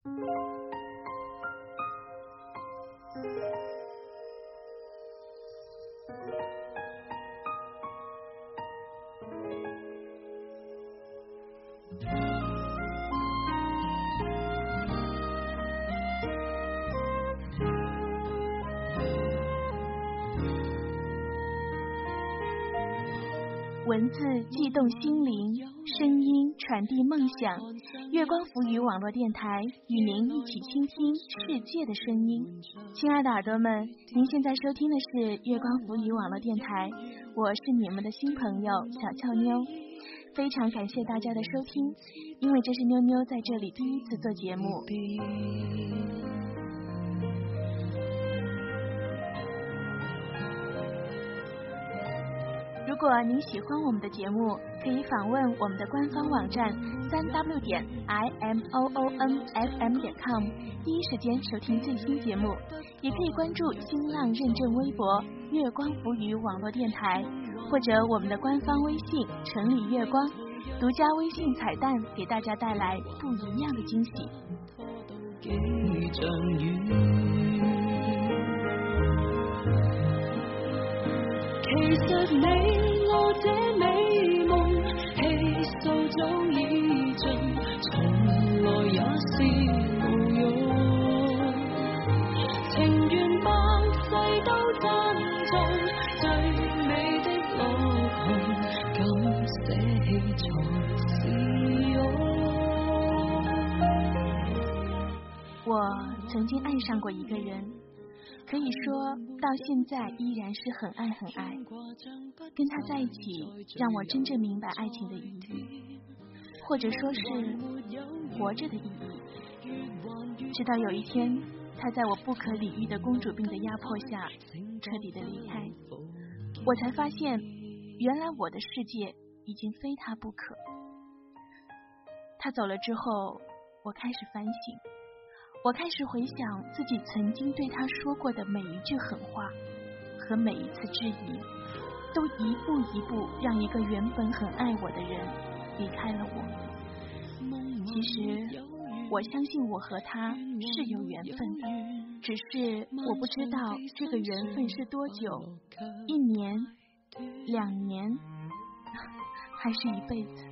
文字悸动心灵，声音传递梦想。月光浮语网络电台与您一起倾听世界的声音。亲爱的耳朵们，您现在收听的是月光浮语网络电台，我是你们的新朋友小俏妞。非常感谢大家的收听，因为这是妞妞在这里第一次做节目。如果您喜欢我们的节目，可以访问我们的官方网站3w.imoonfm.com， 第一时间收听最新节目。也可以关注新浪认证微博月光浮语网络电台，或者我们的官方微信城里月光，独家微信彩蛋给大家带来不一样的惊喜。 其實你我這美夢氣數早已盡，從來也是無用，情願百世都珍重，最美的落紅敢捨棄才是勇。 我曾經愛上過一個人，可以說到現在依然是很愛很愛。跟他在一起讓我真正明白愛情的意義，或者說是活着的意義。直到有一天，他在我不可理喻的公主病的壓迫下徹底的離開，我才發現原來我的世界已經非他不可。他走了之後，我開始反省，我開始回想自己曾經對他說過的每一句狠話和每一次質疑，都一步一步讓一個原本很愛我的人離開了我。其實我相信我和他是有緣分的，只是我不知道這個緣分是多久，1年、2年，還是一輩子。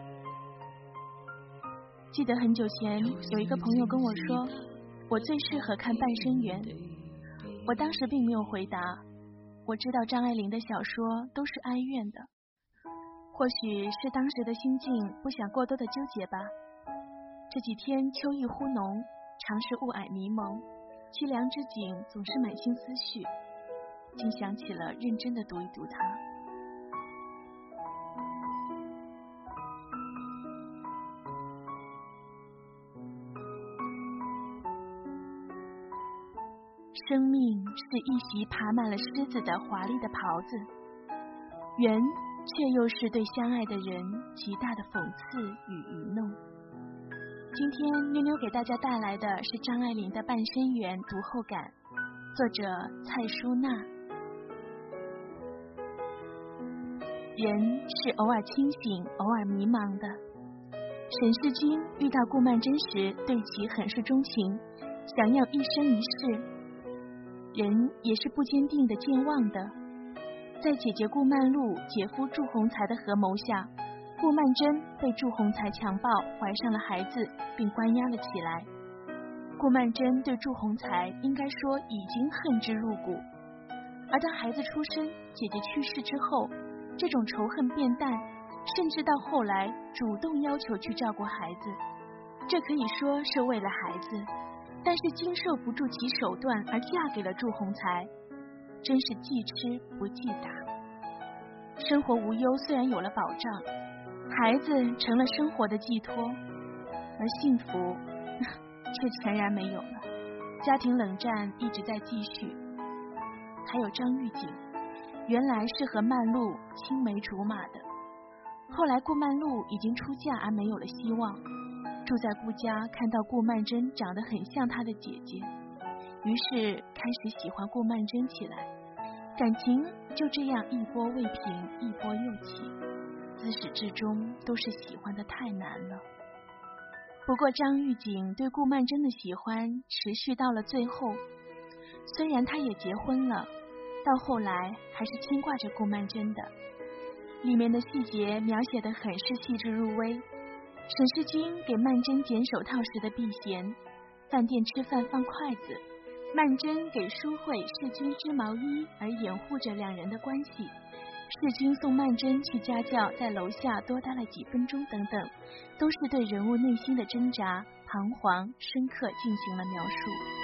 記得很久前有一個朋友跟我說，我最適合看半生緣。我當時並沒有回答，我知道張愛玲的小說都是哀怨的，或許是當時的心境不想過多的糾結吧。這幾天秋意忽濃，常是霧靄迷蒙，淒涼之景總是滿心思緒，竟想起了認真的讀一讀它。生命是一襲爬滿了虱子的華麗的袍子，緣卻又是對相愛的人極大的諷刺與愚弄。今天妞妞給大家帶來的是張愛玲的《半生緣》讀後感，作者蔡舒娜。人是偶爾清醒，偶爾迷茫的。沈世鈞遇到顧曼桢時，對其很是鍾情，想要一生一世。人也是不堅定的健忘的，在姐姐顧曼璐、姐夫祝鴻才的合謀下，顧曼桢被祝鴻才強暴，懷上了孩子，並關押了起來。顧曼桢對祝鴻才應該說已經恨之入骨，而當孩子出生，姐姐去世之後，這種仇恨變淡，甚至到後來主動要求去照顧孩子，這可以說是為了孩子。但是經受不住其手段而嫁給了祝鴻才，真是記吃不記打。生活無憂雖然有了保障，孩子成了生活的寄託，而幸福卻全然沒有了。家庭冷戰一直在繼續。還有張玉瑾，原來是和曼璐青梅竹馬的，後來顧曼璐已經出嫁而沒有了希望，住在顧家，看到顧曼桢長得很像她的姐姐，於是開始喜歡顧曼桢起來，感情就這樣一波未平一波又起，自始至終都是喜歡得太難了。 不过张玉锦对顾曼桢的喜欢持续到了最后，虽然他也结婚了，到后来还是牵挂着顾曼桢的。里面的细节描写得很是细致入微，沈世钧给曼桢捡手套时的避嫌，饭店吃饭放筷子，曼桢给淑慧世钧织毛衣而掩护着两人的关系，世钧送曼桢去家教，在楼下多待了几分钟等等，都是对人物内心的挣扎、彷徨深刻进行了描述。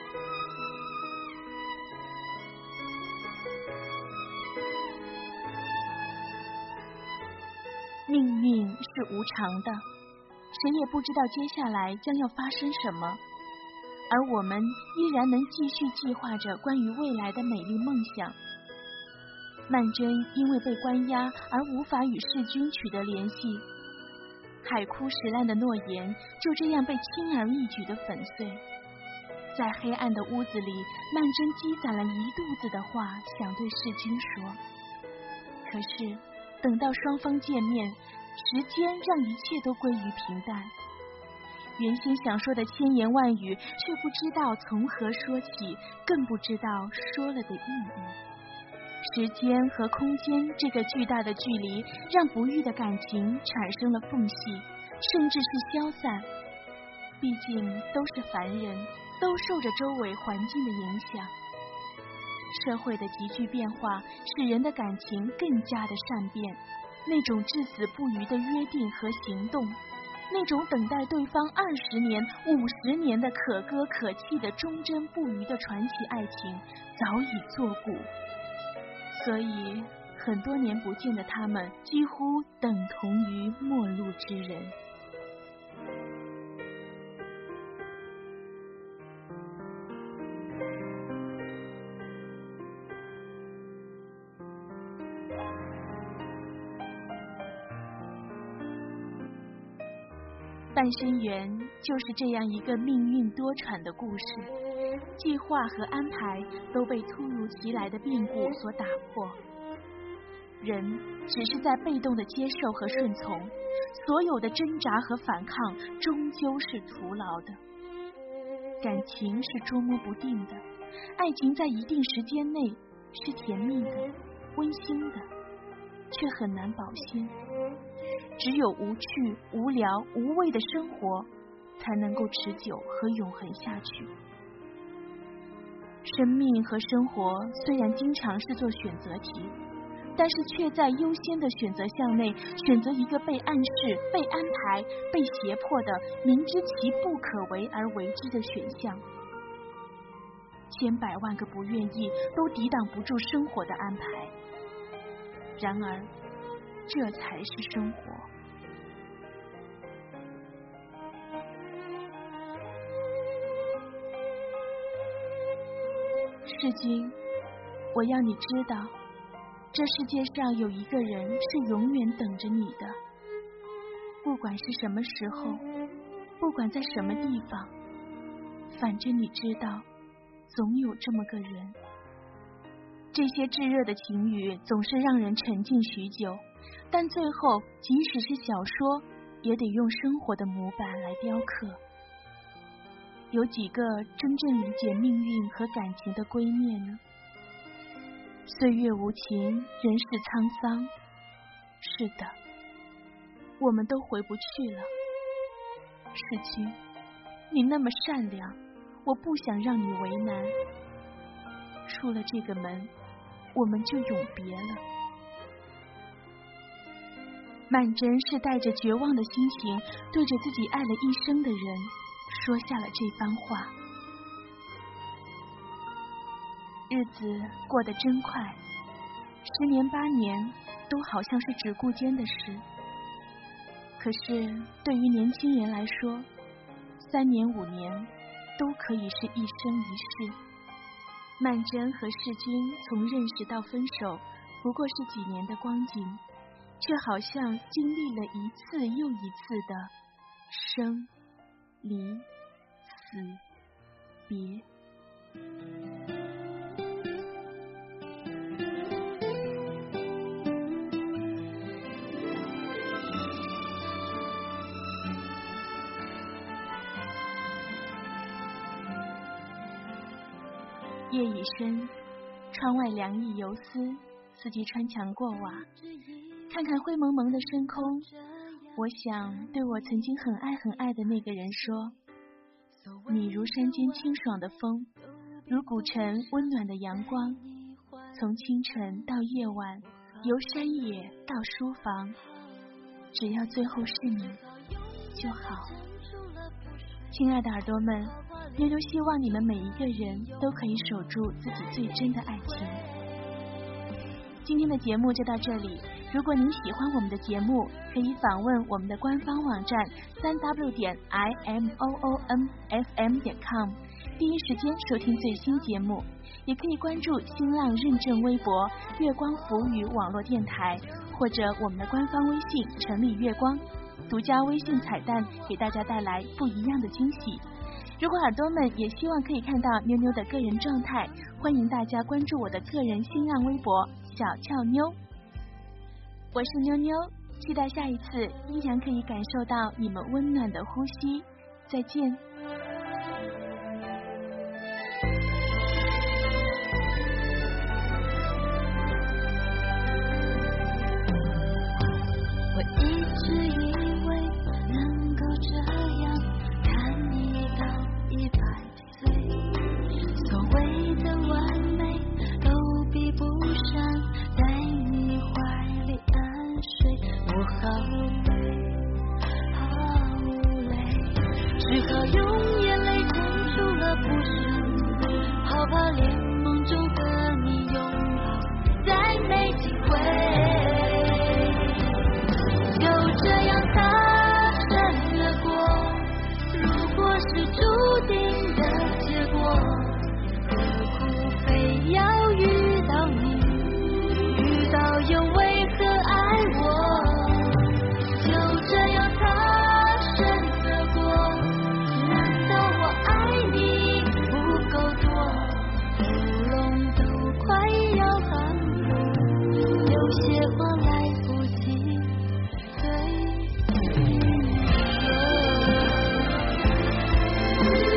命运是无常的，谁也不知道接下来将要发生什么，而我们依然能继续计划着关于未来的美丽梦想。曼桢因为被关押而无法与世钧取得联系，海枯石烂的诺言就这样被轻而易举地粉碎。在黑暗的屋子里，曼桢积攒了一肚子的话想对世钧说，可是等到双方见面，时间让一切都归于平淡。原先想说的千言万语，却不知道从何说起，更不知道说了的意义。时间和空间这个巨大的距离，让不育的感情产生了缝隙，甚至是消散。毕竟都是凡人，都受着周围环境的影响。社会的急剧变化使人的感情更加的善变，那种至死不渝的约定和行动，那种等待对方20年、50年的可歌可泣的忠贞不渝的传奇爱情早已作古，所以很多年不见的他们几乎等同于陌路之人。半生缘就是这样一个命运多舛的故事，计划和安排都被突如其来的变故所打破，人只是在被动的接受和顺从，所有的挣扎和反抗终究是徒劳的。感情是捉摸不定的，爱情在一定时间内是甜蜜的、温馨的，却很难保鲜。只有无趣、无聊、无味的生活，才能够持久和永恒下去。生命和生活虽然经常是做选择题，但是却在优先的选择项内选择一个被暗示、被安排、被胁迫的明知其不可为而为之的选项。千百万个不愿意都抵挡不住生活的安排，然而这才是生活。世钧，我要你知道，这世界上有一个人是永远等着你的，不管是什么时候，不管在什么地方，反正你知道，总有这么个人。这些炙热的情语总是让人沉浸许久，但最后即使是小说，也得用生活的模板来雕刻。有几个真正理解命运和感情的归灭呢？岁月无情，人世沧桑。是的，我们都回不去了。世钧，你那么善良，我不想让你为难。出了这个门，我们就永别了。曼桢是带着绝望的心情，对着自己爱了一生的人说下了这番话。日子过得真快，10年8年都好像是只顾间的事。可是对于年轻人来说，3年5年都可以是一生一世。曼桢和世钧从认识到分手不过是几年的光景，却好像经历了一次又一次的生离死别。 夜已深，窗外凉意游丝，四季穿墙过瓦，看看灰蒙蒙的深空，我想对我曾经很爱很爱的那个人说，你如山间清爽的风，如古城温暖的阳光，从清晨到夜晚，由山野到书房，只要最后是你就好。亲爱的耳朵们，妞妞希望你们每一个人都可以守住自己最真的爱情。今天的节目就到这里，如果您喜欢我们的节目，可以访问我们的官方网站3w.imoonfm.com， 第一时间收听最新节目，也可以关注新浪认证微博月光浮语网络电台，或者我们的官方微信城里月光，独家微信彩蛋给大家带来不一样的惊喜。如果耳朵们也希望可以看到妞妞的个人状态，欢迎大家关注我的个人新浪微博小俏妞。我是妞妞，期待下一次依然可以感受到你们温暖的呼吸。再见。 我一直以为能够这样看你到100岁，所谓的完美都比不上在你怀里安睡。我好累好累，只好用眼泪撑住了不声，好怕连梦中和你拥抱再没机会。就这样擦身而过，如果是注定的结果，何苦非要遇到你，遇到又为何爱我？就这样擦身而过，难道我爱你不够多？喉咙都快要干了，有些话来不及对你说。